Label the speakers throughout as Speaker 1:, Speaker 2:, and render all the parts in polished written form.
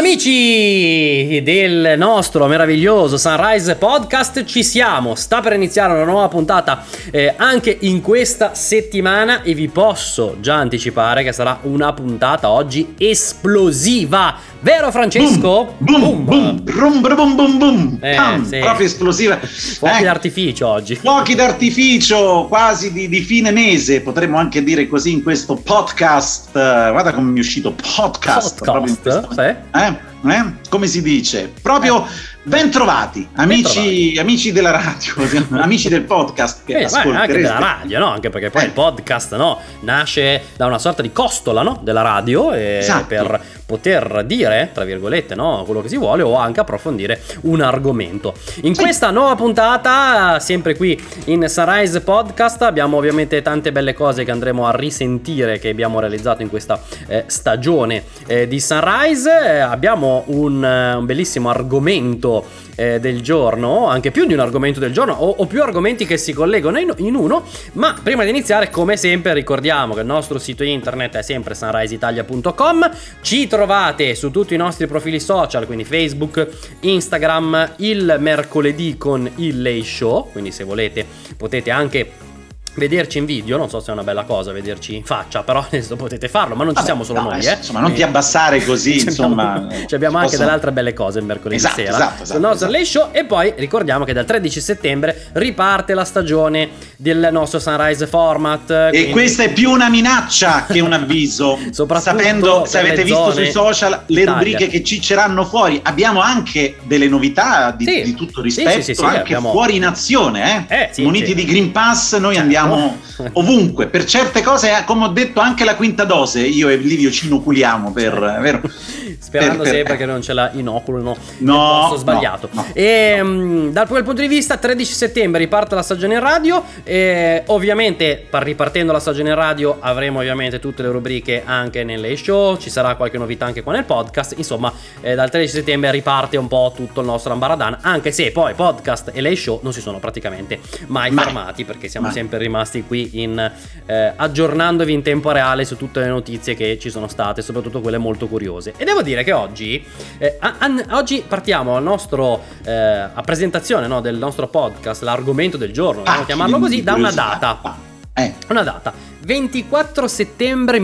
Speaker 1: Amici del nostro meraviglioso Sunrise Podcast, ci siamo, sta per iniziare una nuova puntata anche in questa settimana e vi posso già anticipare che sarà una puntata oggi esplosiva, vero Francesco?
Speaker 2: Boom, boom, boom, boom, boom, boom.
Speaker 1: Sì.
Speaker 2: Proprio esplosiva.
Speaker 1: Fuochi d'artificio oggi.
Speaker 2: Fuochi d'artificio quasi di fine mese, potremmo anche dire così in questo podcast. Guarda come mi è uscito podcast. Come si dice? Proprio ben trovati, amici della radio, amici del podcast che ascolterete.
Speaker 1: Anche della radio, no? Anche perché poi il podcast, no, nasce da una sorta di costola, no? Della radio
Speaker 2: esatto.
Speaker 1: Per poter dire, tra virgolette, no, quello che si vuole o anche approfondire un argomento. In questa nuova puntata, sempre qui in Sunrise Podcast, abbiamo ovviamente tante belle cose che andremo a risentire che abbiamo realizzato in questa stagione di Sunrise. Abbiamo un bellissimo argomento del giorno, anche più di un argomento del giorno o più argomenti che si collegano in uno, ma prima di iniziare, come sempre, ricordiamo che il nostro sito internet è sempre sunriseitalia.com. Ci trovate su tutti i nostri profili social, quindi Facebook, Instagram, il mercoledì con il Late Show, quindi se volete potete anche vederci in video, non so se è una bella cosa vederci in faccia, però adesso potete farlo, ma non ci siamo solo noi,
Speaker 2: insomma, non ti abbassare così, insomma.
Speaker 1: Abbiamo anche delle altre belle cose il mercoledì sera sul nostro Late Show. E poi ricordiamo che dal 13 settembre riparte la stagione del nostro Sunrise Format.
Speaker 2: E questa è più una minaccia che un avviso.
Speaker 1: Soprattutto
Speaker 2: sapendo, se avete visto sui social, le rubriche che cicceranno fuori, abbiamo anche delle novità di tutto rispetto, anche fuori in azione, muniti di Green Pass, noi andiamo ovunque, per certe cose, come ho detto, anche la quinta dose io e Livio ci inoculiamo vero?
Speaker 1: Sperando sempre che non ce la inoculino nel posto sbagliato.
Speaker 2: No.
Speaker 1: E dal quel punto di vista 13 settembre riparte la stagione in radio e ovviamente ripartendo la stagione in radio avremo ovviamente tutte le rubriche anche nelle show, ci sarà qualche novità anche qua nel podcast, insomma dal 13 settembre riparte un po' tutto il nostro ambaradan, anche se poi podcast e le show non si sono praticamente mai fermati, perché siamo sempre rimasti qui aggiornandovi in tempo reale su tutte le notizie che ci sono state, soprattutto quelle molto curiose. E devo dire che oggi partiamo al nostro a presentazione, no, del nostro podcast, l'argomento del giorno, possiamo chiamarlo così, da una data. Una data 24 settembre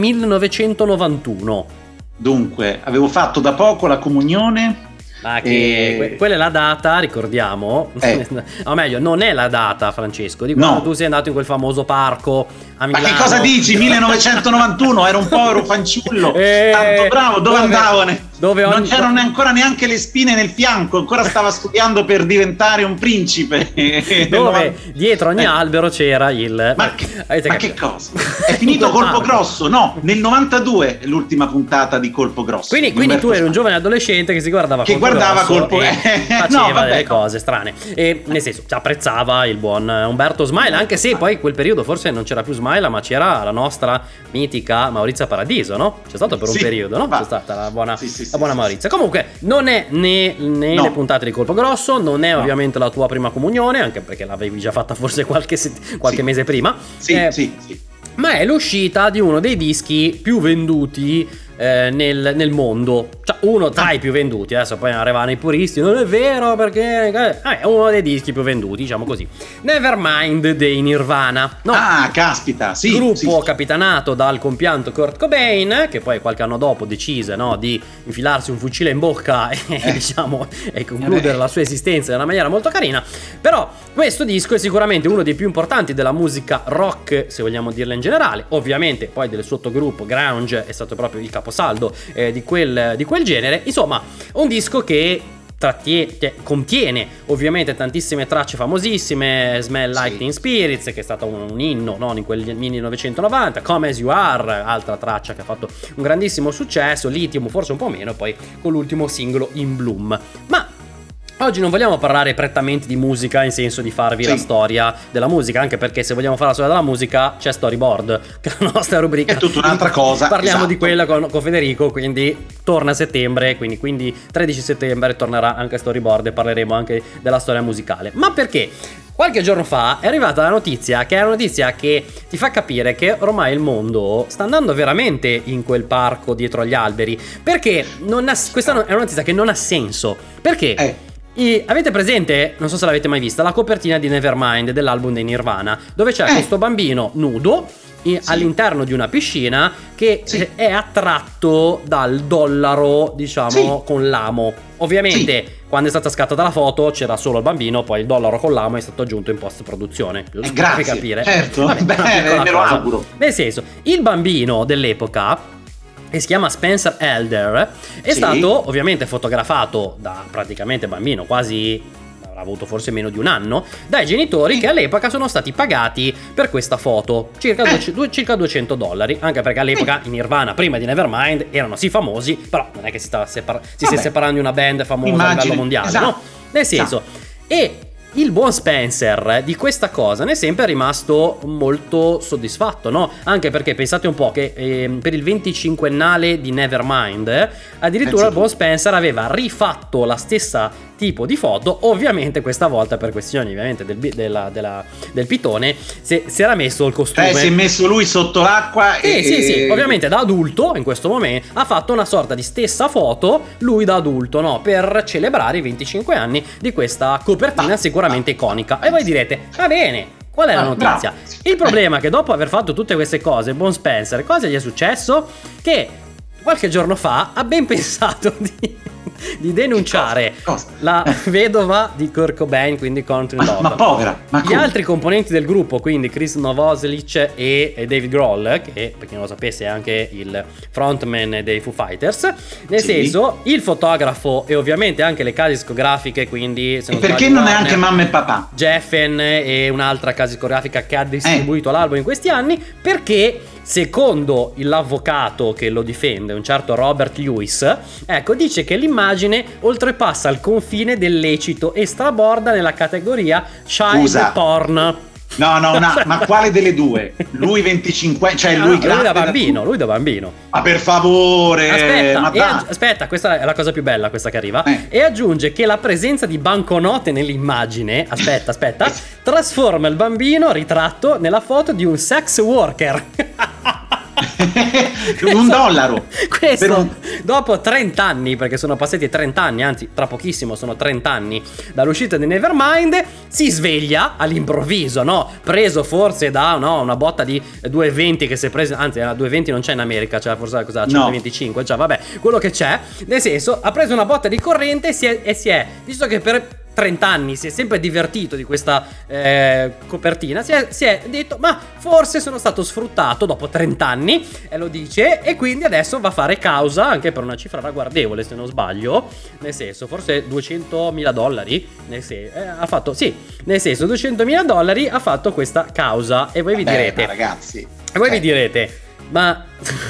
Speaker 1: 1991.
Speaker 2: Dunque, avevo fatto da poco la comunione.
Speaker 1: Quella è la data, ricordiamo. O meglio, non è la data, Francesco, di quando tu sei andato in quel famoso parco a Milano.
Speaker 2: Ma che cosa dici? 1991, ero un povero fanciullo, tanto bravo, dove andavo? Non c'erano ancora neanche le spine nel fianco, ancora stava studiando per diventare un principe.
Speaker 1: Dove dietro ogni albero c'era il...
Speaker 2: Ma che cosa? È finito Colpo Grosso? No, nel 92 è l'ultima puntata di Colpo Grosso.
Speaker 1: Quindi tu eri un giovane adolescente che si guardava
Speaker 2: Colpo
Speaker 1: e faceva delle cose strane. E nel senso, ci apprezzava il buon Umberto Smaila, anche se poi quel periodo forse non c'era più Smaila, ma c'era la nostra mitica Maurizia Paradiso, no? C'è stato per un periodo, no? C'è stata la buona Maurizia. Comunque non è né le puntate di Colpo Grosso, non è ovviamente la tua prima comunione, anche perché l'avevi già fatta forse qualche mese prima. Ma è l'uscita di uno dei dischi più venduti nel mondo, cioè uno tra i più venduti. Adesso poi arrivano i puristi, non è vero perché è uno dei dischi più venduti, diciamo così. Nevermind dei Nirvana, no?
Speaker 2: Caspita,
Speaker 1: gruppo capitanato dal compianto Kurt Cobain, che poi qualche anno dopo decise, no, di infilarsi un fucile in bocca e diciamo e concludere la sua esistenza in una maniera molto carina. Però questo disco è sicuramente uno dei più importanti della musica rock, se vogliamo dirla in generale. Ovviamente poi del sottogruppo grunge è stato proprio il caposaldo di quel genere. Insomma, un disco che contiene ovviamente tantissime tracce famosissime. Smell Like Teen Spirits, che è stato un inno, no, in quel 1990, Come As You Are, altra traccia che ha fatto un grandissimo successo, Lithium forse un po' meno, poi con l'ultimo singolo In Bloom. Ma oggi non vogliamo parlare prettamente di musica in senso di farvi la storia della musica, anche perché se vogliamo fare la storia della musica c'è Storyboard, che è la nostra rubrica.
Speaker 2: È tutta un'altra cosa.
Speaker 1: Parliamo di quella con Federico, quindi torna a settembre, quindi 13 settembre tornerà anche Storyboard e parleremo anche della storia musicale. Ma perché Qualche giorno fa è arrivata la notizia, che è una notizia che ti fa capire che ormai il mondo sta andando veramente in quel parco dietro agli alberi, perché questa è una notizia che non ha senso, perché avete presente, non so se l'avete mai vista, la copertina di Nevermind dell'album dei Nirvana, dove c'è questo bambino nudo all'interno di una piscina che è attratto dal dollaro, diciamo, con l'amo. Ovviamente quando è stata scattata la foto c'era solo il bambino, poi il dollaro con l'amo è stato aggiunto in post produzione.
Speaker 2: Grazie, capire. Certo. Vabbè, me lo auguro.
Speaker 1: Nel senso, il bambino dell'epoca, che si chiama Spencer Elder, è stato ovviamente fotografato da praticamente bambino, quasi avrà avuto forse meno di un anno, dai genitori che all'epoca sono stati pagati per questa foto, circa $200, anche perché all'epoca in Nirvana, prima di Nevermind, erano sì famosi, però non è che si stia separando di una band famosa a livello mondiale, no? Nel senso, e il buon Spencer di questa cosa ne è sempre rimasto molto soddisfatto, no? Anche perché pensate un po' che per il 25ennale di Nevermind addirittura il buon Spencer aveva rifatto la stessa tipo di foto, ovviamente questa volta per questioni ovviamente del pitone si era messo il costume,
Speaker 2: si è messo lui sotto l'acqua
Speaker 1: sì, ovviamente da adulto in questo momento ha fatto una sorta di stessa foto lui da adulto, no? Per celebrare i 25 anni di questa copertina sicuramente iconica. E voi direte, va bene, qual è la notizia? Il problema è che dopo aver fatto tutte queste cose, buon Spencer, cosa gli è successo? Che qualche giorno fa ha ben pensato di denunciare la vedova di Kurt Cobain, quindi Courtney Love.
Speaker 2: Ma povera,
Speaker 1: gli altri componenti del gruppo, quindi Chris Novoselic e David Grohl, che per chi non lo sapesse è anche il frontman dei Foo Fighters, nel senso il fotografo e ovviamente anche le case discografiche, quindi se non
Speaker 2: perché non è anche mamma e papà?
Speaker 1: Geffen e un'altra casa discografica che ha distribuito l'album in questi anni, perché secondo l'avvocato che lo difende, un certo Robert Lewis, ecco, dice che l'immagine oltrepassa il confine del lecito e straborda nella categoria child porn.
Speaker 2: No, ma quale delle due? Lui 25, cioè lui
Speaker 1: da bambino.
Speaker 2: Ma per favore!
Speaker 1: Aspetta, questa è la cosa più bella, questa che arriva. E aggiunge che la presenza di banconote nell'immagine, aspetta, trasforma il bambino ritratto nella foto di un sex worker.
Speaker 2: $1.
Speaker 1: Questo dopo 30 anni, perché sono passati 30 anni, anzi tra pochissimo sono 30 anni dall'uscita di Nevermind, si sveglia all'improvviso, no? Preso forse da una botta di 220 che si è preso, anzi la 220 non c'è in America, c'è forse cosa 125, cioè vabbè, quello che c'è, nel senso ha preso una botta di corrente e si è visto che per 30 anni si è sempre divertito di questa copertina, si è detto ma forse sono stato sfruttato dopo 30 anni, e lo dice, e quindi adesso va a fare causa anche per una cifra ragguardevole, se non sbaglio, nel senso forse $200.000, ha fatto, sì, nel senso $200.000 ha fatto questa causa. E voi vi direte,
Speaker 2: ragazzi,
Speaker 1: vi direte, ma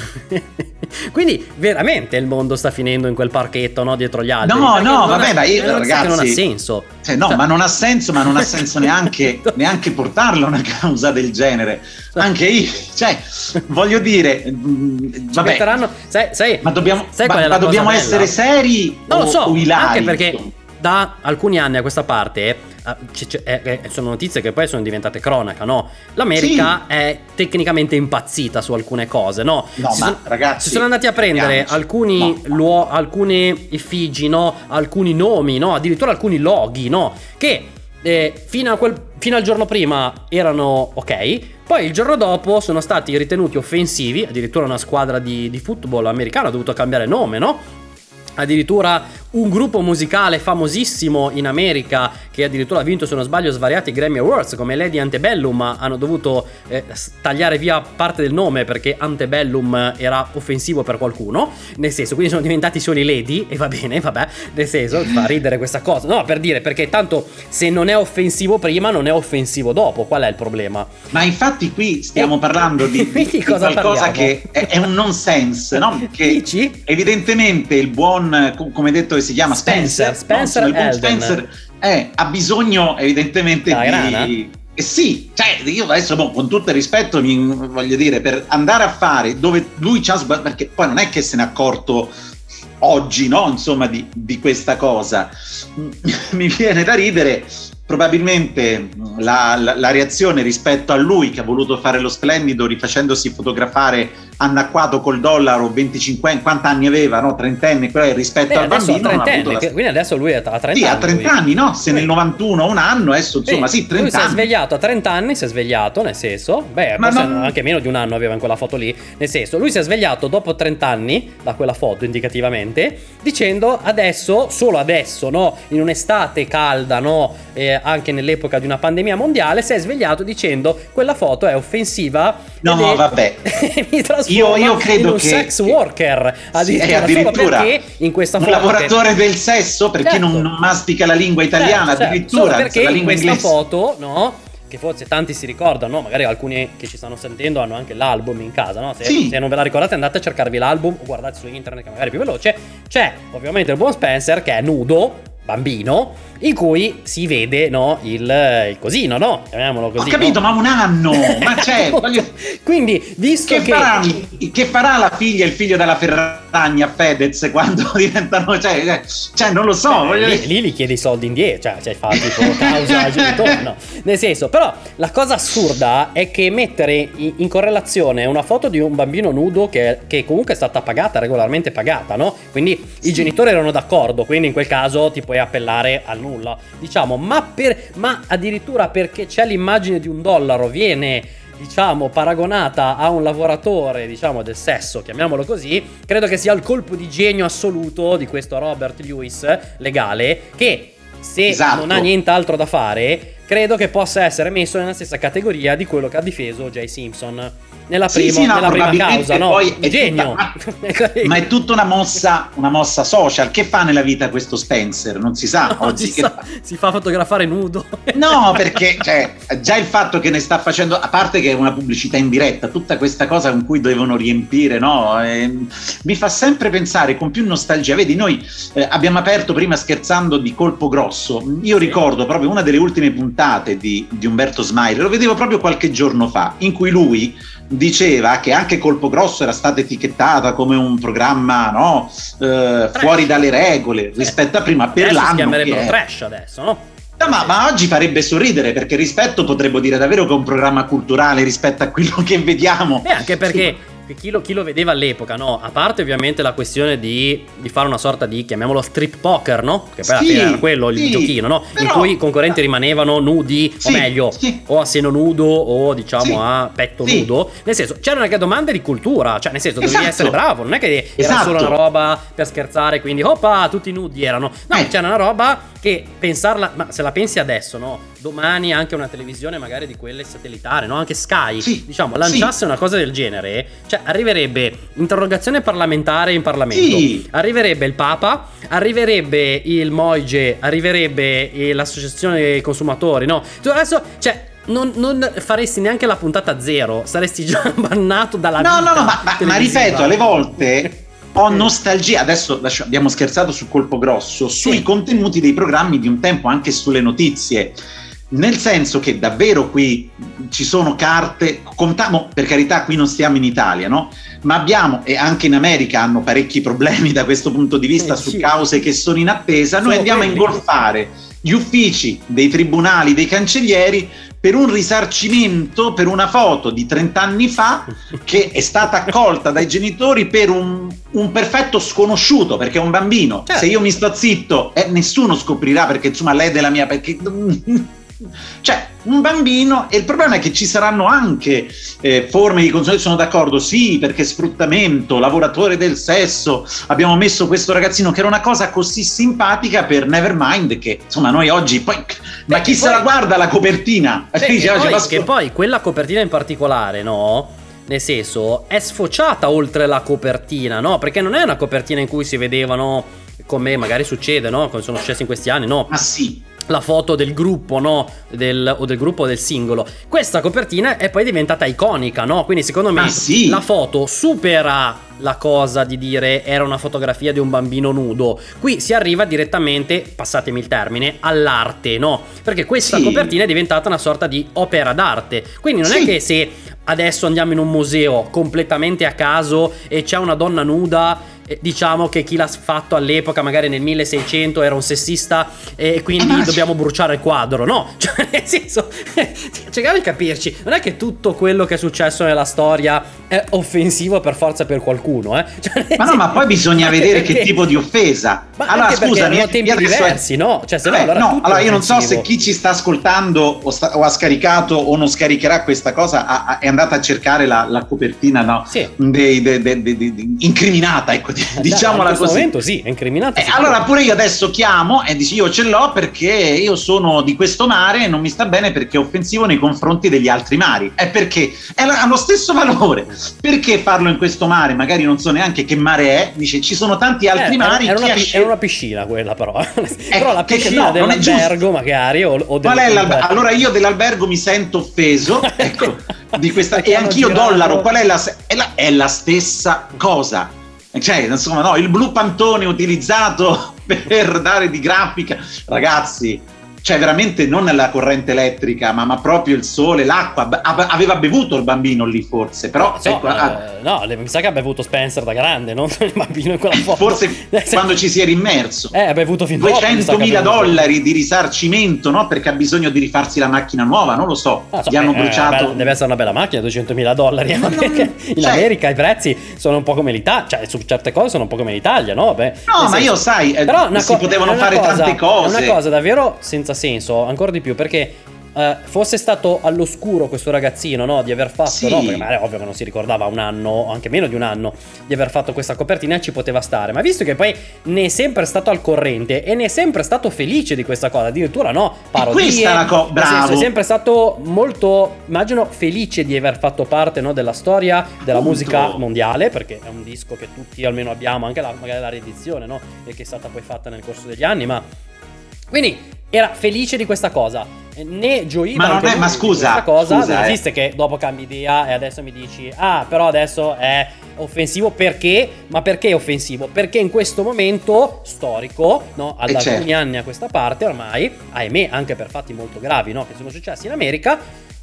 Speaker 1: quindi veramente il mondo sta finendo in quel parchetto, no, dietro gli alberi?
Speaker 2: No, vabbè, ma io, ragazzi,
Speaker 1: non ha senso.
Speaker 2: Ma non ha senso neanche portarlo a una causa del genere. Anche io, voglio dire, vabbè, ma dobbiamo essere seri,
Speaker 1: non lo so,
Speaker 2: o ilari,
Speaker 1: anche perché da alcuni anni a questa parte sono notizie che poi sono diventate cronaca, no? L'America è tecnicamente impazzita su alcune cose, no?
Speaker 2: Ragazzi,
Speaker 1: si sono andati a prendere alcune effigi, no? Alcuni nomi, no? Addirittura alcuni loghi, no? Che fino al giorno prima erano ok, poi il giorno dopo sono stati ritenuti offensivi. Addirittura una squadra di football americana ha dovuto cambiare nome, no? Addirittura un gruppo musicale famosissimo in America, che addirittura ha vinto, se non sbaglio, svariati Grammy Awards, come Lady Antebellum, hanno dovuto tagliare via parte del nome perché Antebellum era offensivo per qualcuno, nel senso, quindi sono diventati solo i Lady, e va bene, vabbè, nel senso, fa ridere questa cosa, no, per dire, perché tanto se non è offensivo prima non è offensivo dopo, qual è il problema?
Speaker 2: Ma infatti qui stiamo parlando di qualcosa che è un nonsense, no? Che dici? Evidentemente il buon, come detto, si chiama Spencer ha bisogno evidentemente di sì, io adesso con tutto il rispetto voglio dire, per andare a fare dove lui c'ha sbagliato, perché poi non è che se n'è accorto oggi, no, insomma, di questa cosa, mi viene da ridere, probabilmente la reazione rispetto a lui che ha voluto fare lo splendido rifacendosi fotografare annacquato col dollaro 25, quanti anni aveva, no? 30enne, rispetto al bambino non ha avuto
Speaker 1: quindi adesso lui ha 30 anni.
Speaker 2: Sì, a 30 anni, no? Se nel 91 un anno, adesso insomma 30
Speaker 1: lui
Speaker 2: anni.
Speaker 1: Si è svegliato a 30 anni, si è svegliato, nel senso, forse anche meno di un anno aveva in quella foto lì, nel senso, lui si è svegliato dopo 30 anni, da quella foto indicativamente, dicendo adesso, solo adesso, no? In un'estate calda, no? Anche nell'epoca di una pandemia mondiale, si è svegliato dicendo quella foto è offensiva.
Speaker 2: No, vabbè.
Speaker 1: Mi trasforma
Speaker 2: io credo
Speaker 1: in un sex worker,
Speaker 2: addirittura
Speaker 1: perché in questa
Speaker 2: un
Speaker 1: foto
Speaker 2: lavoratore del sesso, perché non mastica la lingua italiana, addirittura
Speaker 1: perché
Speaker 2: la
Speaker 1: in
Speaker 2: lingua
Speaker 1: questa
Speaker 2: inglese.
Speaker 1: Foto, no? Che forse tanti si ricordano, magari alcuni che ci stanno sentendo hanno anche l'album in casa, no? Se non ve la ricordate andate a cercarvi l'album o guardate su internet che magari è più veloce. C'è ovviamente il buon Spencer che è nudo, bambino, in cui si vede, no, il cosino, no? Chiamiamolo così.
Speaker 2: Ho capito,
Speaker 1: no?
Speaker 2: Ma un anno! Ma c'è!
Speaker 1: Quindi, visto
Speaker 2: che farà la figlia e il figlio della Ferragni a Fedez quando diventano... Cioè non lo so.
Speaker 1: Lì li chiedi i soldi indietro, cioè fa tipo causa al genitore, no? Nel senso, però, la cosa assurda è che mettere in correlazione una foto di un bambino nudo che comunque è stata pagata, regolarmente pagata, no? Quindi i genitori erano d'accordo, quindi in quel caso ti puoi appellare al nulla, diciamo, ma addirittura perché c'è l'immagine di un dollaro viene, diciamo, paragonata a un lavoratore, diciamo, del sesso, chiamiamolo così, credo che sia il colpo di genio assoluto di questo Robert Lewis legale, che se non ha nient'altro da fare, credo che possa essere messo nella stessa categoria di quello che ha difeso Jay Simpson nella prima causa, no?
Speaker 2: Poi
Speaker 1: è genio.
Speaker 2: Ma è tutta una mossa social. Che fa nella vita questo Spencer? Non si sa.
Speaker 1: No, oggi si fa fotografare nudo.
Speaker 2: No, perché già il fatto che ne sta facendo, a parte che è una pubblicità in diretta, tutta questa cosa con cui devono riempire, no? Mi fa sempre pensare con più nostalgia. Vedi, noi abbiamo aperto prima scherzando di Colpo Grosso. Io ricordo proprio una delle ultime puntate di Umberto Smiley, lo vedevo proprio qualche giorno fa, in cui lui diceva che anche Colpo Grosso era stata etichettata come un programma, no, fuori dalle regole rispetto a prima, per
Speaker 1: adesso
Speaker 2: l'anno
Speaker 1: si chiamerebbero trash adesso, no?
Speaker 2: No, ma oggi farebbe sorridere, perché rispetto potremmo dire davvero che è un programma culturale rispetto a quello che vediamo.
Speaker 1: Anche perché chi lo vedeva all'epoca, no? A parte ovviamente la questione di fare una sorta di, chiamiamolo strip poker, no? Che poi alla fine era quello il giochino, no? Però, in cui i concorrenti rimanevano nudi, o meglio, o a seno nudo o diciamo a petto nudo. Nel senso, c'erano anche domande di cultura, cioè nel senso dovevi essere bravo, non è che era solo una roba per scherzare, quindi oppa, tutti nudi erano. No, c'era una roba che pensarla, ma se la pensi adesso, no? Domani anche una televisione magari di quelle satellitari, no? Anche Sky, diciamo, lanciasse una cosa del genere, cioè arriverebbe interrogazione parlamentare in Parlamento, arriverebbe il Papa, arriverebbe il Moige, arriverebbe l'associazione dei consumatori, no? Tu adesso, cioè, non faresti neanche la puntata 0, saresti già bannato dalla vita.
Speaker 2: No, ma ripeto, alle volte ho nostalgia. Adesso abbiamo scherzato su Colpo Grosso, sui contenuti dei programmi di un tempo, anche sulle notizie. Nel senso che davvero qui ci sono carte, contiamo, per carità, qui non stiamo in Italia, no? Ma abbiamo, e anche in America hanno parecchi problemi da questo punto di vista su cause che sono in attesa, noi andiamo a ingolfare gli uffici dei tribunali, dei cancellieri, per un risarcimento per una foto di 30 anni fa che è stata accolta dai genitori per un perfetto sconosciuto, perché è un bambino. Se io mi sto zitto nessuno scoprirà, perché insomma lei è della mia... perché cioè un bambino, e il problema è che ci saranno anche forme di consumo. Sono d'accordo, perché sfruttamento, lavoratore del sesso, abbiamo messo questo ragazzino che era una cosa così simpatica per Nevermind, che insomma noi oggi poi ma chi se la guarda la copertina?
Speaker 1: Che poi quella copertina in particolare, no? Nel senso, è sfociata oltre la copertina, no? Perché non è una copertina in cui si vedevano, come magari succede, no? Come sono successi in questi anni, no?
Speaker 2: Ma sì,
Speaker 1: la foto del gruppo, no? O del gruppo del singolo. Questa copertina è poi diventata iconica, no? Quindi secondo me la foto supera la cosa di dire era una fotografia di un bambino nudo. Qui si arriva direttamente, passatemi il termine, all'arte, no? Perché questa copertina è diventata una sorta di opera d'arte. Quindi non è che se adesso andiamo in un museo completamente a caso e c'è una donna nuda diciamo che chi l'ha fatto all'epoca, magari nel 1600, era un sessista e quindi dobbiamo bruciare il quadro. No, cioè nel senso, cerchiamo di capirci, non è che tutto quello che è successo nella storia è offensivo per forza per qualcuno, cioè,
Speaker 2: ma poi bisogna vedere che tipo di offesa.
Speaker 1: Ma allora scusa, erano tempi diversi, no? Cioè, se
Speaker 2: allora io non so se chi ci sta ascoltando o ha scaricato o non scaricherà questa cosa è andata a cercare la copertina, no?
Speaker 1: Sì.
Speaker 2: Incriminata, ecco, diciamola così.
Speaker 1: In questo momento sì, è incriminata.
Speaker 2: Allora pure io adesso chiamo e dici io ce l'ho perché io sono di questo mare e non mi sta bene perché è offensivo nei confronti degli altri mari. È perché ha lo stesso valore. Perché farlo in questo mare? Magari non so neanche che mare è. Dice ci sono tanti altri mari.
Speaker 1: Era una piscina quella però. Però la piscina dell'albergo magari
Speaker 2: Qual è l'albergo? Allora io dell'albergo mi sento offeso. Ecco, di questa e anch'io dollaro. Qual è la stessa cosa? Cioè, insomma, no, il blu pantone utilizzato per dare di grafica, ragazzi, cioè veramente non la corrente elettrica, ma proprio il sole, l'acqua. Aveva bevuto il bambino lì forse, però
Speaker 1: no, mi sa che ha bevuto Spencer da grande, non il bambino in quella foto.
Speaker 2: Forse quando ci si era immerso.
Speaker 1: Ha bevuto fin
Speaker 2: $200.000 di risarcimento, no? Perché ha bisogno di rifarsi la macchina nuova, non lo so. Gli hanno bruciato.
Speaker 1: Deve essere una bella macchina, $200.000. Perché in America i prezzi sono un po' come l'Italia, cioè su certe cose sono un po' come l'Italia, no?
Speaker 2: Ma io sai, si potevano fare tante cose.
Speaker 1: È una cosa davvero senza senso, ancora di più, perché fosse stato all'oscuro questo ragazzino, no, di aver fatto, no, perché magari ovvio che non si ricordava un anno o anche meno di un anno di aver fatto questa copertina, ci poteva stare, ma visto che poi ne è sempre stato al corrente e ne è sempre stato felice di questa cosa, addirittura no, parodie,
Speaker 2: questa è la bravo,
Speaker 1: è sempre stato molto, immagino, felice di aver fatto parte, no, della storia della musica mondiale, perché è un disco che tutti almeno abbiamo, anche magari la riedizione, no, e che è stata poi fatta nel corso degli anni, ma quindi era felice di questa cosa, ne gioiva
Speaker 2: ma scusa,
Speaker 1: questa cosa. Non esiste che dopo cambi idea e adesso mi dici però adesso è offensivo. Perché? Ma perché è offensivo? Perché in questo momento storico, no, da alcuni anni a questa parte ormai, ahimè anche per fatti molto gravi, no, che sono successi in America,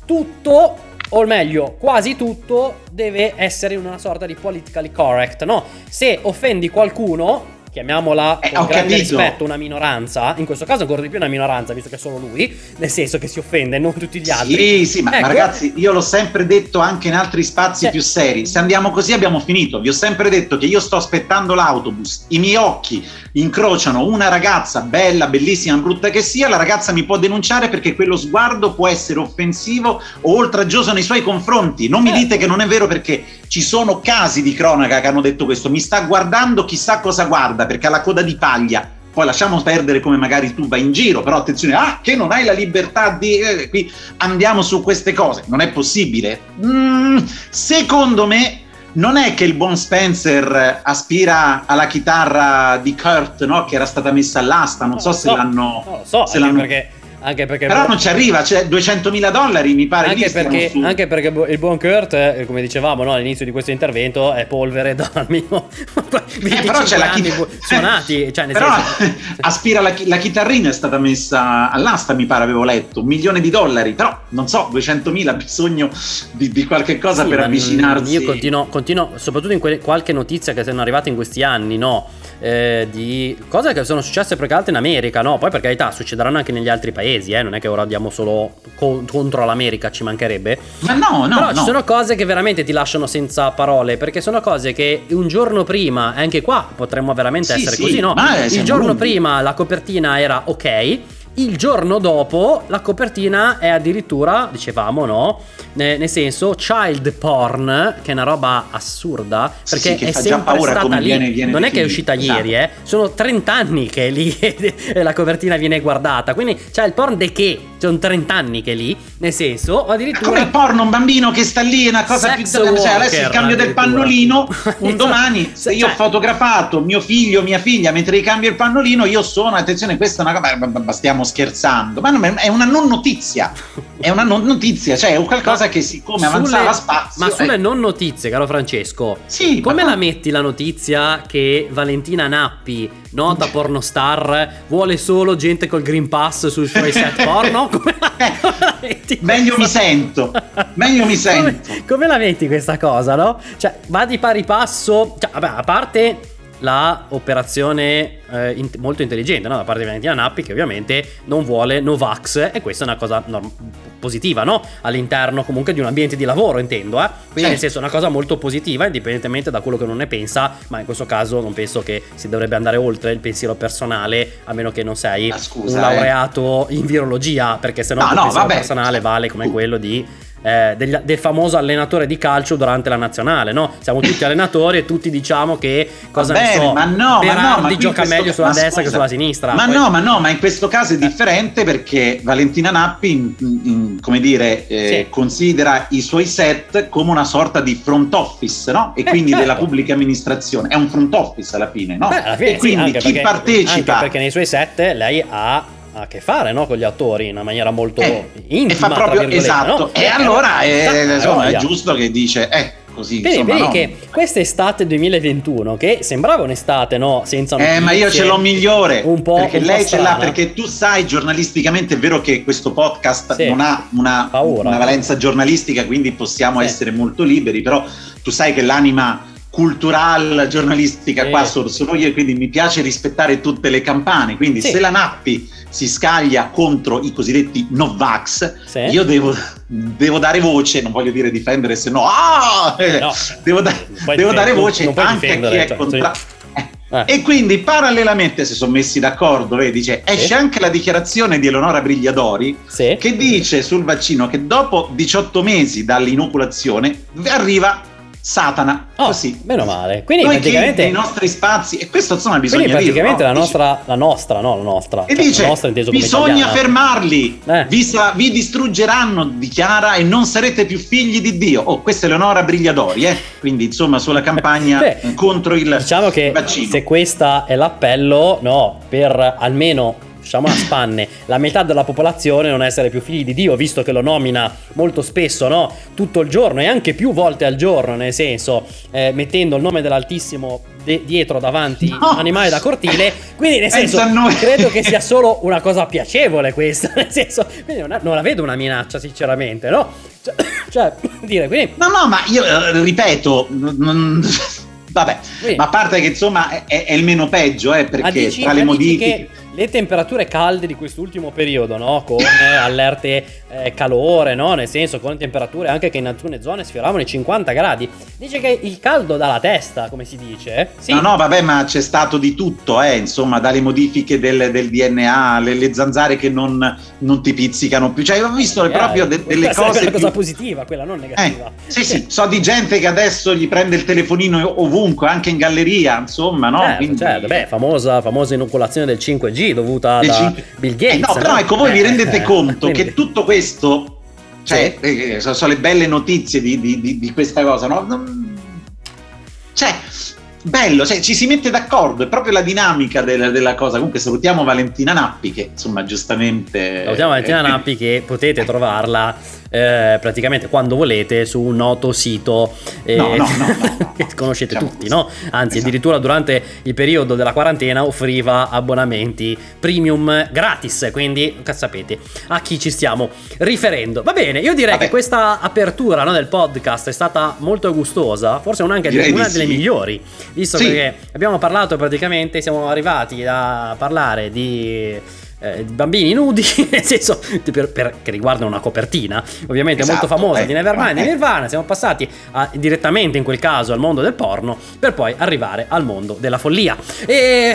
Speaker 1: tutto, o meglio quasi tutto, deve essere in una sorta di politically correct, no? Se offendi qualcuno, chiamiamola con grande rispetto una minoranza, in questo caso ancora di più una minoranza, visto che è solo lui, nel senso che si offende, non tutti gli altri.
Speaker 2: Sì, ma ragazzi, io l'ho sempre detto anche in altri spazi più seri, se andiamo così abbiamo finito. Vi ho sempre detto che io sto aspettando l'autobus, i miei occhi incrociano una ragazza bella, bellissima, brutta che sia, la ragazza mi può denunciare perché quello sguardo può essere offensivo o oltraggioso nei suoi confronti. Non mi dite che non è vero, perché ci sono casi di cronaca che hanno detto questo. Mi sta guardando, chissà cosa guarda, perché ha la coda di paglia. Poi lasciamo perdere come magari tu vai in giro, però attenzione, che non hai la libertà di... qui andiamo su queste cose, non è possibile. Secondo me non è che il buon Spencer aspira alla chitarra di Kurt, no? Che era stata messa all'asta, non so se l'hanno...
Speaker 1: Anche perché
Speaker 2: però non ci arriva, cioè $200.000 mi pare.
Speaker 1: Anche perché il buon Kurt, come dicevamo, no, all'inizio di questo intervento, è polvere da almeno 25
Speaker 2: però c'è
Speaker 1: anni suonati, cioè,
Speaker 2: però aspira la chitarrina è stata messa all'asta, mi pare, avevo letto $1 milione, però non so, 200.000, bisogno di qualche cosa per avvicinarsi.
Speaker 1: Io continuo soprattutto in qualche notizia che sono arrivate in questi anni, no, di cose che sono successe più che altro in America, no, poi per carità succederanno anche negli altri paesi, non è che ora andiamo solo contro l'America, ci mancherebbe,
Speaker 2: ma no,
Speaker 1: però ci sono cose che veramente ti lasciano senza parole, perché sono cose che un giorno prima, anche qua potremmo veramente essere così, no? Il giorno prima la copertina era ok, il giorno dopo la copertina è addirittura, dicevamo, no? Nel senso child porn, che è una roba assurda, perché è sempre stata lì, viene non è che è uscita ieri, sono 30 anni che è lì la copertina viene guardata, quindi child porn de che? Sono 30 anni che è lì, nel senso, addirittura...
Speaker 2: Come il porno, un bambino che sta lì è una cosa più... Cioè adesso il cambio del pannolino, un domani, se io ho fotografato mio figlio, mia figlia, mentre cambio il pannolino, io sono, attenzione, questa è una cosa... Stiamo scherzando, ma è una non notizia, cioè è qualcosa che siccome avanzava spazio.
Speaker 1: Ma sulle non notizie, caro Francesco, come la metti la notizia che Valentina Nappi, nota pornostar, vuole solo gente col Green Pass sui suoi set porno?
Speaker 2: Meglio mi sento.
Speaker 1: Come la metti questa cosa, no? Cioè va di pari passo, cioè, vabbè, a parte la operazione molto intelligente, no? Da parte di Valentina Nappi, che ovviamente non vuole Novax, e questa è una cosa positiva, no? All'interno comunque di un ambiente di lavoro, intendo, quindi nel senso è una cosa molto positiva, indipendentemente da quello che uno ne pensa, ma in questo caso non penso che si dovrebbe andare oltre il pensiero personale, a meno che non sei un laureato in virologia, perché sennò il pensiero personale vale come quello di del famoso allenatore di calcio durante la nazionale, no? Siamo tutti allenatori e tutti diciamo che cosa ne so, Berardi gioca meglio sulla destra che sulla sinistra.
Speaker 2: Ma in questo caso è differente, perché Valentina Nappi come dire considera i suoi set come una sorta di front office, no? E quindi della pubblica amministrazione, è un front office alla fine, no?
Speaker 1: Alla fine,
Speaker 2: e quindi chi partecipa,
Speaker 1: anche perché nei suoi set lei ha a che fare, no, con gli attori in una maniera molto intima,
Speaker 2: e fa proprio esatto, no? E allora insomma, è giusto che dice così,
Speaker 1: vedi che quest'estate 2021, che sembrava un'estate, no, senza notizie,
Speaker 2: ma io ce l'ho migliore,
Speaker 1: un po',
Speaker 2: perché lei ce l'ha, perché tu sai, giornalisticamente è vero che questo podcast non ha una valenza giornalistica, quindi possiamo essere molto liberi, però tu sai che l'anima culturale, giornalistica qua sono io, quindi mi piace rispettare tutte le campane, quindi se la Nappi si scaglia contro i cosiddetti Novax, io devo dare voce, non voglio dire difendere, se no devo dare voce anche a chi è contrario. E quindi parallelamente si sono messi d'accordo, esce anche la dichiarazione di Eleonora Brigliadori che dice sul vaccino che dopo 18 mesi dall'inoculazione arriva Satana, così.
Speaker 1: Meno male. Quindi
Speaker 2: noi
Speaker 1: praticamente
Speaker 2: nei nostri spazi, e questo insomma bisogna
Speaker 1: dire. Quindi praticamente
Speaker 2: dirlo,
Speaker 1: la nostra.
Speaker 2: E dice, bisogna fermarli, vi distruggeranno, dichiara, e non sarete più figli di Dio. Questa è Eleonora Brigliadori, quindi insomma sulla campagna contro il
Speaker 1: diciamo che
Speaker 2: vaccino.
Speaker 1: Se questo è l'appello, per almeno, diciamo a spanne, la metà della popolazione non essere più figli di Dio, visto che lo nomina molto spesso, no, tutto il giorno e anche più volte al giorno, nel senso mettendo il nome dell'Altissimo dietro, davanti, animale da cortile, quindi nel senso credo che sia solo una cosa piacevole questa, nel senso, quindi non la vedo una minaccia sinceramente, no? Cioè dire, quindi
Speaker 2: no, ma io ripeto, vabbè, ma a parte che insomma è il meno peggio, perché tra le modifiche,
Speaker 1: le temperature calde di quest'ultimo periodo, no, con allerte calore, no, nel senso con temperature anche che in alcune zone sfioravano i 50 gradi, dice che il caldo dà la testa, come si dice? Sì.
Speaker 2: No, vabbè, ma c'è stato di tutto, insomma, dalle modifiche del DNA, le zanzare che non ti pizzicano più, cioè ho visto proprio delle cose
Speaker 1: una cosa positiva, quella non negativa.
Speaker 2: Sì, so di gente che adesso gli prende il telefonino ovunque, anche in galleria, insomma, no? Quindi
Speaker 1: famosa inoculazione del 5G dovuta da Bill Gates.
Speaker 2: No, però ecco, voi vi rendete conto che tutto questo, cioè, sono le belle notizie di questa cosa, no? Cioè, bello, ci si mette d'accordo, è proprio la dinamica della cosa. Comunque salutiamo Valentina Nappi, che insomma giustamente
Speaker 1: salutiamo Valentina Nappi, che potete trovarla praticamente quando volete su un noto sito che conoscete tutti, no? Anzi, addirittura durante il periodo della quarantena offriva abbonamenti premium gratis, quindi sapete a chi ci stiamo riferendo. Va bene, io direi che questa apertura, no, del podcast è stata molto gustosa, forse una delle migliori, visto che abbiamo parlato, praticamente siamo arrivati a parlare di bambini nudi, nel senso che riguarda una copertina ovviamente molto famosa di Nevermind di Nirvana. Siamo passati direttamente in quel caso al mondo del porno, per poi arrivare al mondo della follia, e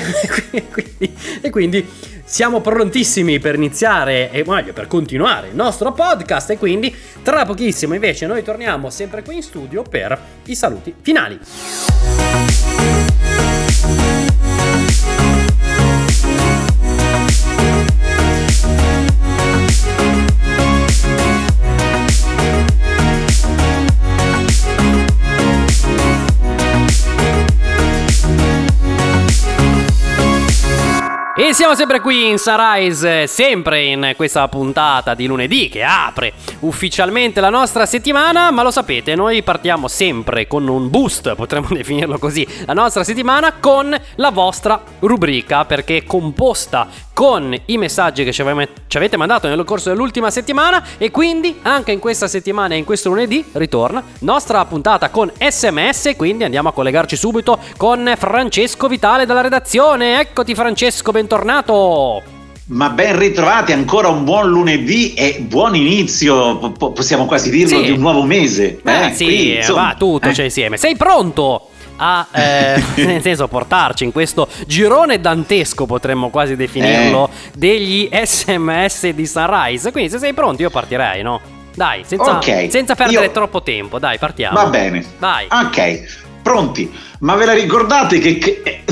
Speaker 1: quindi siamo prontissimi per iniziare e meglio per continuare il nostro podcast, e quindi tra pochissimo invece noi torniamo sempre qui in studio per i saluti finali. E siamo sempre qui in Sunrise, sempre in questa puntata di lunedì che apre ufficialmente la nostra settimana, ma lo sapete, noi partiamo sempre con un boost, potremmo definirlo così, la nostra settimana con la vostra rubrica, perché è composta con i messaggi che ci avete mandato nel corso dell'ultima settimana, e quindi anche in questa settimana e in questo lunedì ritorna nostra puntata con SMS, quindi andiamo a collegarci subito con Francesco Vitale dalla redazione. Eccoti Francesco, bentornato!
Speaker 2: Ma ben ritrovati, ancora un buon lunedì e buon inizio, possiamo quasi dirlo, di un nuovo mese.
Speaker 1: Sì, qui, va tutto c'è insieme. Sei pronto a nel senso portarci in questo girone dantesco, potremmo quasi definirlo, degli SMS di Sunrise? Quindi se sei pronto io partirei, no? Dai, senza perdere troppo tempo, dai, partiamo.
Speaker 2: Va bene.
Speaker 1: Vai.
Speaker 2: Ok, pronti. Ma ve la ricordate che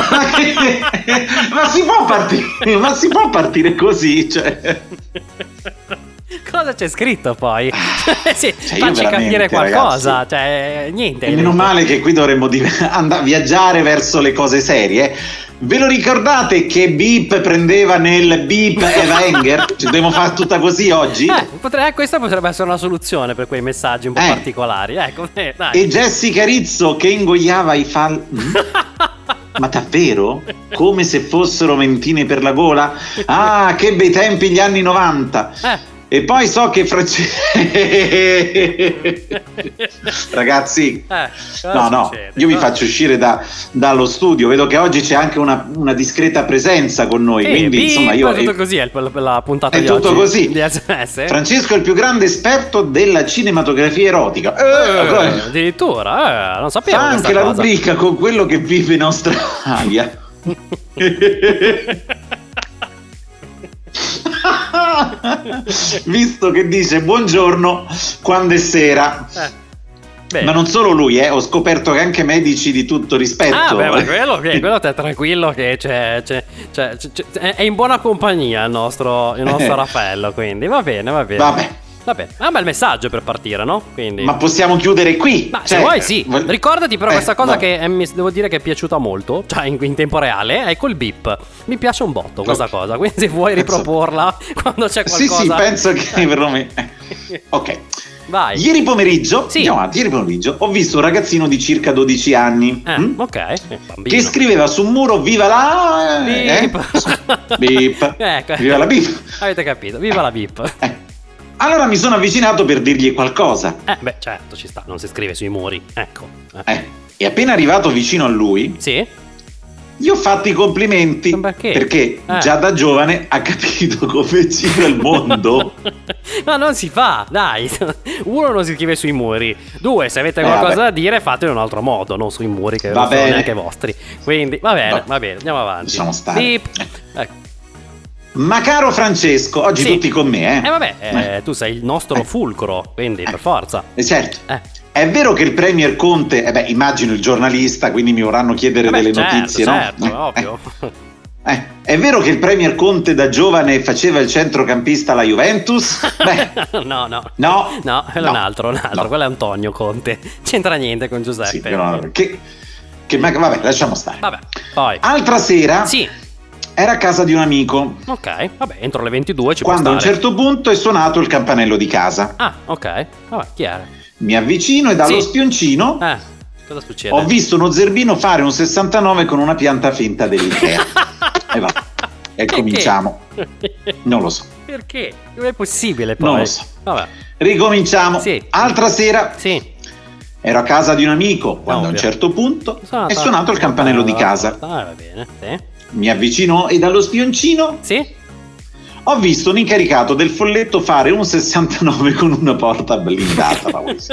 Speaker 2: ma si può partire così, cioè?
Speaker 1: Cosa c'è scritto poi? Facci capire qualcosa, ragazzi, cioè niente.
Speaker 2: E meno male che qui dovremmo viaggiare verso le cose serie. Ve lo ricordate che Beep prendeva nel Beep Avenger? Dobbiamo fare tutta così oggi?
Speaker 1: Questa potrebbe essere una soluzione per quei messaggi un po' particolari. Ecco, dai.
Speaker 2: E Jessica Rizzo che ingoiava i Ma davvero? Come se fossero mentine per la gola? Ah, che bei tempi gli anni 90! E poi so che ragazzi, no, io vi faccio uscire dallo studio. Vedo che oggi c'è anche una discreta presenza con noi, quindi insomma io
Speaker 1: è tutto così, è la puntata
Speaker 2: è
Speaker 1: di
Speaker 2: tutto
Speaker 1: oggi
Speaker 2: così.
Speaker 1: Di SMS.
Speaker 2: Francesco è il più grande esperto della cinematografia erotica.
Speaker 1: Addirittura, non sapevo.
Speaker 2: Fa anche la rubrica con quello che vive in Australia. Visto che dice buongiorno quando è sera. Ma non solo lui, ho scoperto che anche medici di tutto rispetto.
Speaker 1: Ma quello è tranquillo, che è in buona compagnia il nostro Raffaello, quindi va bene. Vabbè, è un bel messaggio per partire, no? Quindi... Ma
Speaker 2: possiamo chiudere qui?
Speaker 1: Se vuoi, sì. Ricordati però questa cosa che devo dire che è piaciuta molto, cioè in tempo reale, è col beep. Mi piace un botto questa cosa, quindi se vuoi riproporla quando c'è qualcosa.
Speaker 2: Sì, penso che per ok.
Speaker 1: Vai.
Speaker 2: Ieri pomeriggio ho visto un ragazzino di circa 12 anni
Speaker 1: ok,
Speaker 2: che scriveva su un muro viva la beep.
Speaker 1: Ecco.
Speaker 2: Viva la beep.
Speaker 1: Avete capito, viva la beep.
Speaker 2: Allora mi sono avvicinato per dirgli qualcosa.
Speaker 1: Certo, ci sta, non si scrive sui muri, ecco.
Speaker 2: E appena arrivato vicino a lui,
Speaker 1: sì,
Speaker 2: gli ho fatto i complimenti. Perché già da giovane ha capito come gira il mondo.
Speaker 1: Ma non si fa, dai. Uno, non si scrive sui muri. Due, se avete qualcosa da dire fatelo in un altro modo, non sui muri che non sono neanche vostri. Quindi va bene, andiamo avanti.
Speaker 2: Lasciamo stare. Ma caro Francesco, oggi tutti con me,
Speaker 1: tu sei il nostro fulcro, quindi per forza.
Speaker 2: Certo. È vero che il Premier Conte, immagino il giornalista, quindi mi vorranno chiedere delle notizie,
Speaker 1: certo,
Speaker 2: no?
Speaker 1: Ovvio.
Speaker 2: È vero che il Premier Conte da giovane faceva il centrocampista alla Juventus?
Speaker 1: No, quello è un altro. Quello è Antonio Conte. C'entra niente con Giuseppe.
Speaker 2: Vabbè, lasciamo stare.
Speaker 1: Vabbè, poi.
Speaker 2: Altra sera.
Speaker 1: Sì.
Speaker 2: Era a casa di un amico.
Speaker 1: Ok, vabbè, entro le 22 ci
Speaker 2: quando
Speaker 1: può
Speaker 2: stare. A un certo punto è suonato il campanello di casa.
Speaker 1: Ah, ok. Vabbè, chiaro.
Speaker 2: Mi avvicino e dallo spioncino
Speaker 1: cosa succede?
Speaker 2: Ho visto uno zerbino fare un 69 con una pianta finta dell'Ikea. E va. E cominciamo. Non lo so.
Speaker 1: Perché? Come è possibile poi?
Speaker 2: Non lo so.
Speaker 1: Vabbè.
Speaker 2: Ricominciamo.
Speaker 1: Sì.
Speaker 2: Altra sera.
Speaker 1: Sì.
Speaker 2: Ero a casa di un amico quando a un certo punto è suonato il campanello di casa.
Speaker 1: Va bene. Sì.
Speaker 2: Mi avvicino e dallo spioncino ho visto un incaricato del folletto fare un 69 con una porta blindata.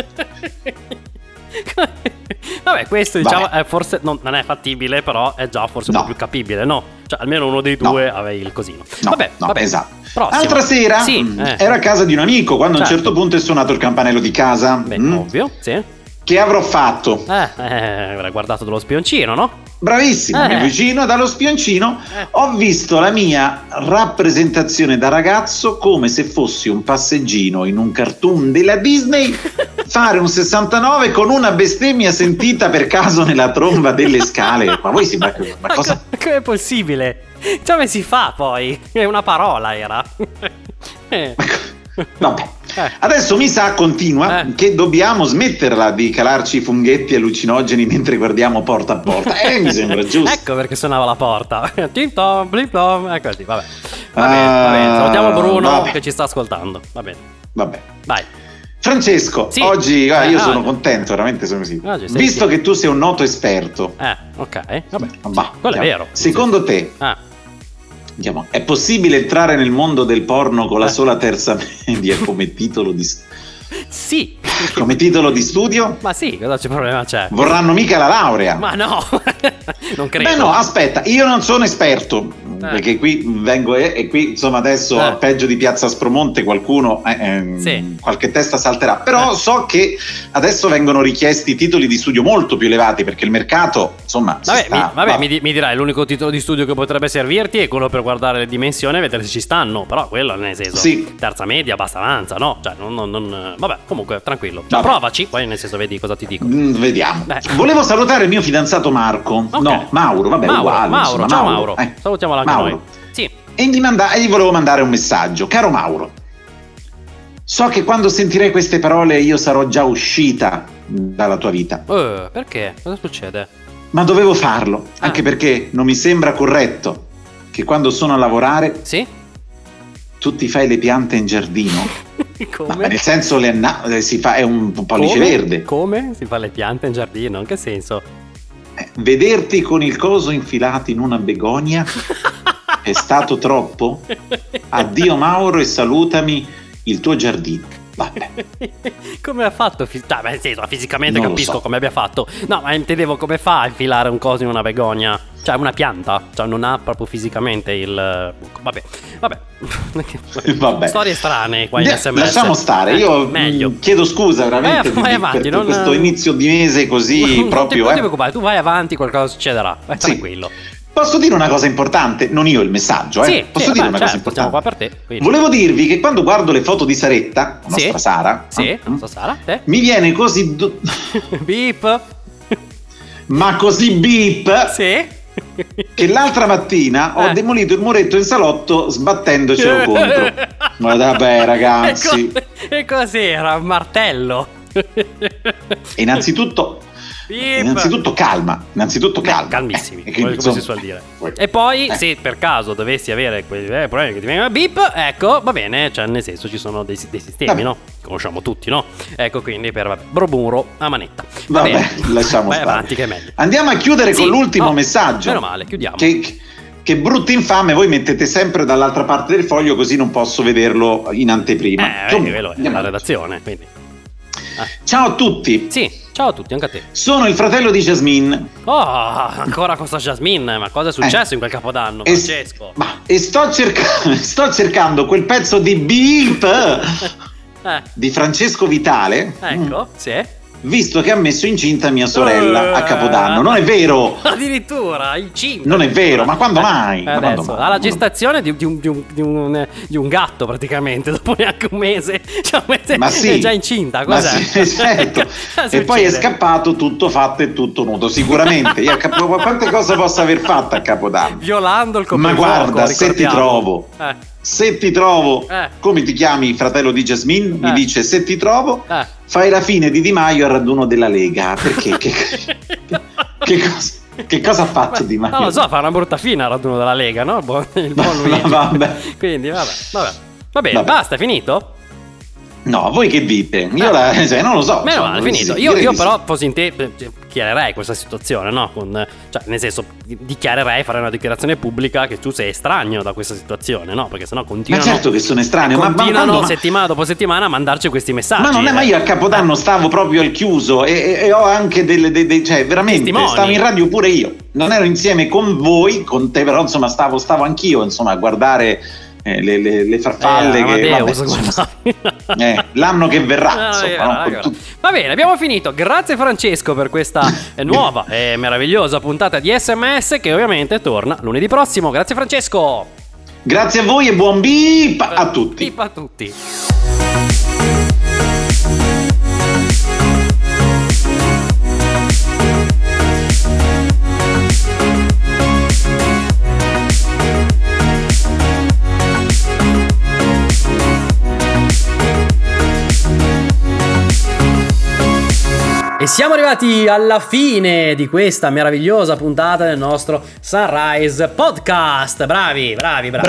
Speaker 1: Vabbè, questo diciamo forse non è fattibile, però è già forse un po' più capibile, no? Cioè almeno uno dei due avevi il cosino. Vabbè,
Speaker 2: esatto.
Speaker 1: Prossimo.
Speaker 2: Altra sera ero a casa di un amico quando a un certo punto è suonato il campanello di casa.
Speaker 1: Ovvio, sì.
Speaker 2: Che avrò fatto?
Speaker 1: Avrei guardato dallo spioncino, no?
Speaker 2: Bravissimo, mi avvicino dallo spioncino. Ho visto la mia rappresentazione da ragazzo come se fossi un passeggino in un cartoon della Disney fare un 69 con una bestemmia sentita per caso nella tromba delle scale. Ma voi si cosa?
Speaker 1: Come è possibile? Come si fa poi? È una parola era.
Speaker 2: Vabbè. Adesso mi sa, continua, che dobbiamo smetterla di calarci i funghetti allucinogeni mentre guardiamo Porta a Porta. Mi sembra giusto.
Speaker 1: Ecco perché suonava la porta. Tim tom, blim plom, è così, vabbè. Va bene. Salutiamo Bruno che ci sta ascoltando. Va bene.
Speaker 2: Vabbè.
Speaker 1: Vai.
Speaker 2: Francesco, sì. Oggi io sono contento, veramente sono così. Visto che tu sei un noto esperto.
Speaker 1: Ok. Vabbè.
Speaker 2: Quello è vero. Secondo te è possibile entrare nel mondo del porno con la sola terza media come titolo di
Speaker 1: Sì.
Speaker 2: Come titolo di studio?
Speaker 1: Ma sì, cosa c'è problema c'è?
Speaker 2: Vorranno mica la laurea.
Speaker 1: Ma no, non credo.
Speaker 2: Beh no, aspetta, io non sono esperto. Perché qui vengo e qui insomma adesso peggio di Piazza Aspromonte qualcuno qualche testa salterà, però so che adesso vengono richiesti titoli di studio molto più elevati perché il mercato insomma
Speaker 1: mi dirai l'unico titolo di studio che potrebbe servirti è quello per guardare le dimensioni e vedere se ci stanno, però quello nel senso terza media abbastanza, no? Cioè non vabbè, comunque tranquillo, provaci, poi nel senso vedi cosa ti dico.
Speaker 2: Vediamo. Volevo salutare il mio fidanzato Marco. No, Mauro, vabbè, uguale.
Speaker 1: Mauro, ciao Mauro. Salutiamola anche noi. Sì.
Speaker 2: E gli volevo mandare un messaggio. Caro Mauro, so che quando sentirei queste parole io sarò già uscita dalla tua vita.
Speaker 1: Perché? Cosa succede?
Speaker 2: Ma dovevo farlo, anche perché non mi sembra corretto che quando sono a lavorare tu ti fai le piante in giardino.
Speaker 1: Come?
Speaker 2: Ma nel senso si fa, è un pollice verde.
Speaker 1: Come? Si fa le piante in giardino? In che senso?
Speaker 2: Vederti con il coso infilato in una begonia è stato troppo? Addio Mauro e salutami il tuo giardino. Vabbè.
Speaker 1: Come ha fatto? Fisicamente non capisco come abbia fatto. No, ma intendevo come fa a infilare un coso in una begonia. Cioè una pianta. Cioè non ha proprio fisicamente il... Vabbè. Storie strane qua in SMS.
Speaker 2: Lasciamo stare. Io chiedo scusa veramente
Speaker 1: avanti,
Speaker 2: per questo inizio di mese così proprio.
Speaker 1: Non ti preoccupare, tu vai avanti, qualcosa succederà. Vai tranquillo.
Speaker 2: Posso dire una cosa importante? Non io il messaggio, Posso dire una cosa importante?
Speaker 1: Qua per te,
Speaker 2: volevo dirvi che quando guardo le foto di Saretta, la nostra Sara, mi viene così
Speaker 1: beep.
Speaker 2: Ma così beep. Che l'altra mattina ho demolito il muretto in salotto sbattendocelo contro. Ma vabbè ragazzi.
Speaker 1: E cos'era? Un martello?
Speaker 2: Innanzitutto calma.
Speaker 1: Calmissimi, come si suol dire. E poi se per caso dovessi avere quei problemi che ti vengono beep, ecco, va bene, cioè nel senso ci sono dei sistemi, no? Conosciamo tutti, no? Ecco, quindi per bromuro a manetta.
Speaker 2: Vabbè, lasciamo stare.
Speaker 1: Avanti che è meglio.
Speaker 2: Andiamo a chiudere con l'ultimo messaggio.
Speaker 1: Meno male, chiudiamo.
Speaker 2: Che brutto infame, voi mettete sempre dall'altra parte del foglio così non posso vederlo in anteprima.
Speaker 1: Quello è la redazione, quindi.
Speaker 2: Ciao a tutti.
Speaker 1: Sì, ciao a tutti, anche a te.
Speaker 2: Sono il fratello di Jasmine.
Speaker 1: Ancora questa Jasmine. Ma cosa è successo in quel capodanno, Francesco?
Speaker 2: Sto cercando quel pezzo di beep di Francesco Vitale.
Speaker 1: Ecco, sì.
Speaker 2: Visto che ha messo incinta mia sorella a Capodanno. Non è vero!
Speaker 1: Addirittura incinta!
Speaker 2: Non è vero, ma quando mai?
Speaker 1: Ha la gestazione di un gatto praticamente. Dopo neanche un mese, è già incinta. Cos'è?
Speaker 2: Certo. E poi è scappato tutto fatto e tutto nudo. Sicuramente. Quante cose possa aver fatto a Capodanno?
Speaker 1: Violando il coprifuoco.
Speaker 2: Ma guarda, se ti trovo, come ti chiami, fratello di Jasmine? Mi dice: se ti trovo, fai la fine di Di Maio al raduno della Lega. Perché? Che cosa ha fatto Di Maio?
Speaker 1: Non lo so, fa una brutta fine al raduno della Lega, no? Il buon Luigi.
Speaker 2: Vabbè.
Speaker 1: Quindi vabbè. Basta, è finito?
Speaker 2: No, voi che dite? Io non lo so.
Speaker 1: Meno male, finito. Io però fossi in te dichiarerei questa situazione, no? Cioè, nel senso, dichiarerei, farei una dichiarazione pubblica che tu sei estraneo da questa situazione, no? Perché sennò continuano.
Speaker 2: Ma certo che sono estraneo,
Speaker 1: continuano settimana dopo settimana a mandarci questi messaggi.
Speaker 2: Ma non è mai io a Capodanno stavo proprio al chiuso e ho anche cioè veramente testimoni. Stavo in radio pure io. Non ero insieme con voi, con te, però insomma stavo anch'io, insomma, a guardare le farfalle l'anno che verrà,
Speaker 1: Va bene, abbiamo finito. Grazie Francesco per questa nuova e meravigliosa puntata di SMS che ovviamente torna lunedì prossimo. Grazie Francesco.
Speaker 2: Grazie a voi e buon beep a tutti.
Speaker 1: Beep a tutti. E siamo arrivati alla fine di questa meravigliosa puntata del nostro Sunrise Podcast. Bravi.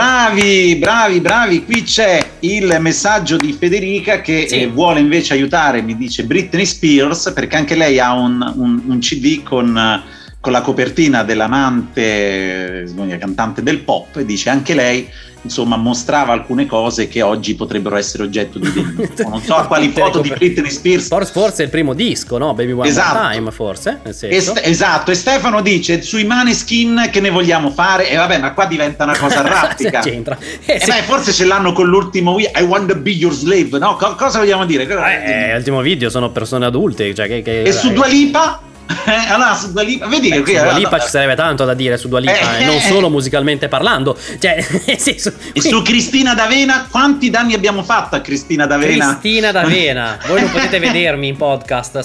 Speaker 2: Qui c'è il messaggio di Federica che vuole invece aiutare, mi dice, Britney Spears, perché anche lei ha un CD con la copertina dell'amante cantante del pop, e dice anche lei, insomma, mostrava alcune cose che oggi potrebbero essere oggetto di denuncio. Non so a quali foto di Britney Spears.
Speaker 1: Forse il primo disco, no? Baby One More Time, forse, nel senso.
Speaker 2: Esatto, e Stefano dice sui Maneskin che ne vogliamo fare? E vabbè, ma qua diventa una cosa rapida.
Speaker 1: C'entra.
Speaker 2: Beh, forse ce l'hanno con l'ultimo I Want to Be Your Slave, no? Cosa vogliamo dire?
Speaker 1: L'ultimo video sono persone adulte, cioè
Speaker 2: e su Dua Lipa? Allora, su Dua Lipa, vedi che qui
Speaker 1: su Dua Lipa ci sarebbe tanto da dire su Dua Lipa, non solo musicalmente parlando, cioè,
Speaker 2: e su Cristina D'Avena, quanti danni abbiamo fatto a Cristina D'Avena?
Speaker 1: Voi non potete vedermi in podcast,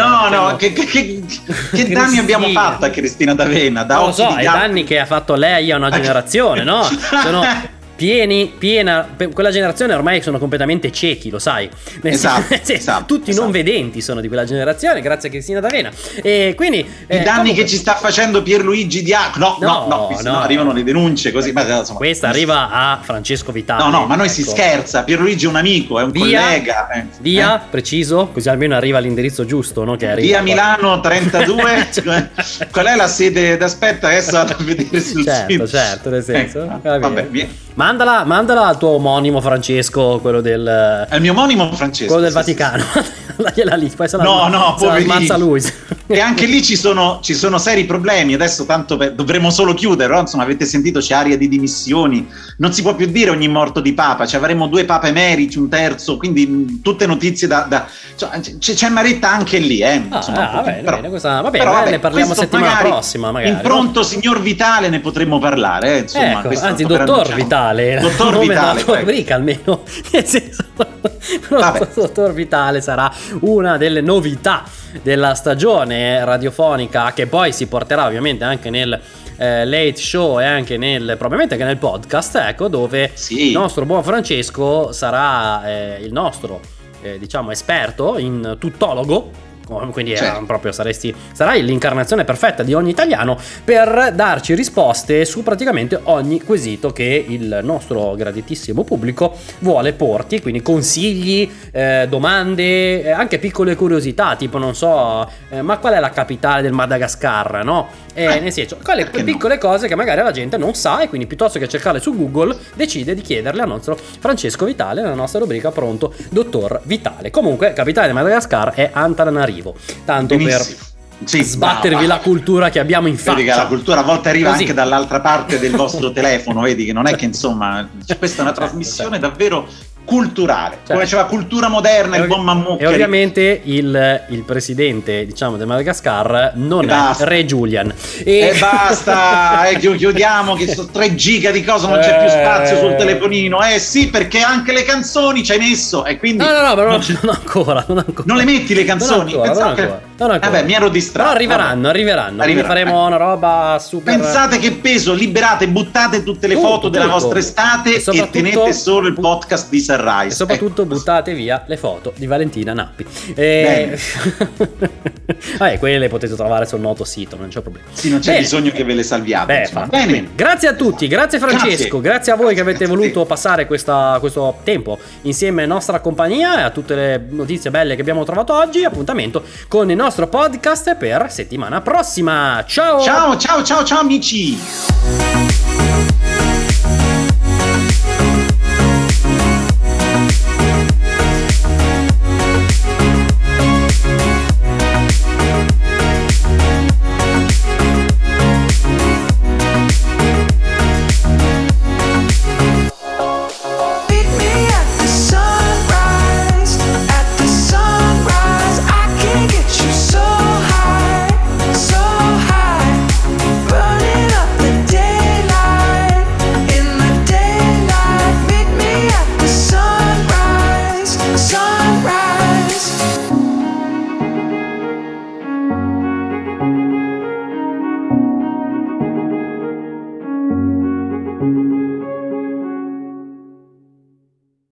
Speaker 2: che danni abbiamo fatto a Cristina D'Avena?
Speaker 1: Non lo so, i danni che ha fatto lei a una generazione, no? Sono quella generazione ormai sono completamente ciechi, lo sai.
Speaker 2: Esatto.
Speaker 1: Tutti non vedenti sono di quella generazione, grazie a Cristina D'Avena. E quindi
Speaker 2: i danni che ci sta facendo Pierluigi Diacono. No, arrivano le denunce così. Ma, insomma,
Speaker 1: questa arriva a Francesco Vitale.
Speaker 2: No, ma noi si scherza. Pierluigi è un amico, è un collega.
Speaker 1: Via, preciso, così almeno arriva all'indirizzo giusto, no? Che arriva
Speaker 2: via Milano 32. Qual è la sede? Aspetta, adesso vado a vedere sul sito.
Speaker 1: Certo, nel senso.
Speaker 2: Vabbè, via.
Speaker 1: Mandala al tuo omonimo Francesco, quello del...
Speaker 2: È il mio omonimo Francesco.
Speaker 1: Quello del Vaticano. Gliela lì, poi se la ammazza lui.
Speaker 2: E anche lì ci sono seri problemi. Adesso tanto dovremo solo chiudere, no? Insomma, avete sentito, c'è aria di dimissioni. Non si può più dire ogni morto di papa. Cioè, avremo 2 pape emeriti, un terzo. Quindi tutte notizie cioè, c'è Maretta anche lì,
Speaker 1: insomma, bene, ne parliamo settimana prossima, magari.
Speaker 2: In pronto, signor Vitale, ne potremmo parlare. Insomma,
Speaker 1: anzi, dottor Vitale.
Speaker 2: Dottor Vitale,
Speaker 1: rubrica almeno. Nel senso, dottor Vitale sarà una delle novità della stagione radiofonica, che poi si porterà ovviamente anche nel late show e anche probabilmente anche nel podcast, ecco, dove il nostro buon Francesco sarà il nostro diciamo esperto in tuttologo. Quindi proprio sarai l'incarnazione perfetta di ogni italiano per darci risposte su praticamente ogni quesito che il nostro graditissimo pubblico vuole porti, quindi consigli, domande, anche piccole curiosità, tipo non so, ma qual è la capitale del Madagascar, no? Nel senso, quelle piccole cose che magari la gente non sa, e quindi piuttosto che cercarle su Google decide di chiederle al nostro Francesco Vitale nella nostra rubrica Pronto Dottor Vitale. Comunque, capitale del Madagascar è Antananarivo. Tanto
Speaker 2: benissimo.
Speaker 1: Per sbattervi la cultura che abbiamo in faccia.
Speaker 2: Vedi che la cultura a volte arriva anche dall'altra parte del vostro telefono, vedi che non è che insomma, questa è una trasmissione davvero culturale, come c'è la cultura moderna, il buon Mammucchi.
Speaker 1: E ovviamente il presidente, diciamo, del Madagascar non è Re Julian.
Speaker 2: E basta, chiudiamo, che sono 3 giga di cose, non c'è più spazio sul telefonino. Sì, perché anche le canzoni ci hai messo, e quindi
Speaker 1: no, però non ancora.
Speaker 2: Non le metti le canzoni?
Speaker 1: Non ancora.
Speaker 2: Vabbè, mi ero distratto.
Speaker 1: No, arriveranno. Quindi faremo una roba super.
Speaker 2: Pensate che peso, liberate, buttate tutte le foto della vostra estate e tenete solo il podcast di Sunrise.
Speaker 1: E soprattutto buttate via le foto di Valentina Nappi. Quelle potete trovare sul noto sito, non c'è problema.
Speaker 2: Sì, non c'è bisogno che ve le salviate.
Speaker 1: Bene. Grazie a tutti, grazie Francesco, grazie a voi che avete voluto passare questo tempo insieme in nostra compagnia, e a tutte le notizie belle che abbiamo trovato oggi. Appuntamento con il nostro podcast per settimana prossima. Ciao
Speaker 2: amici.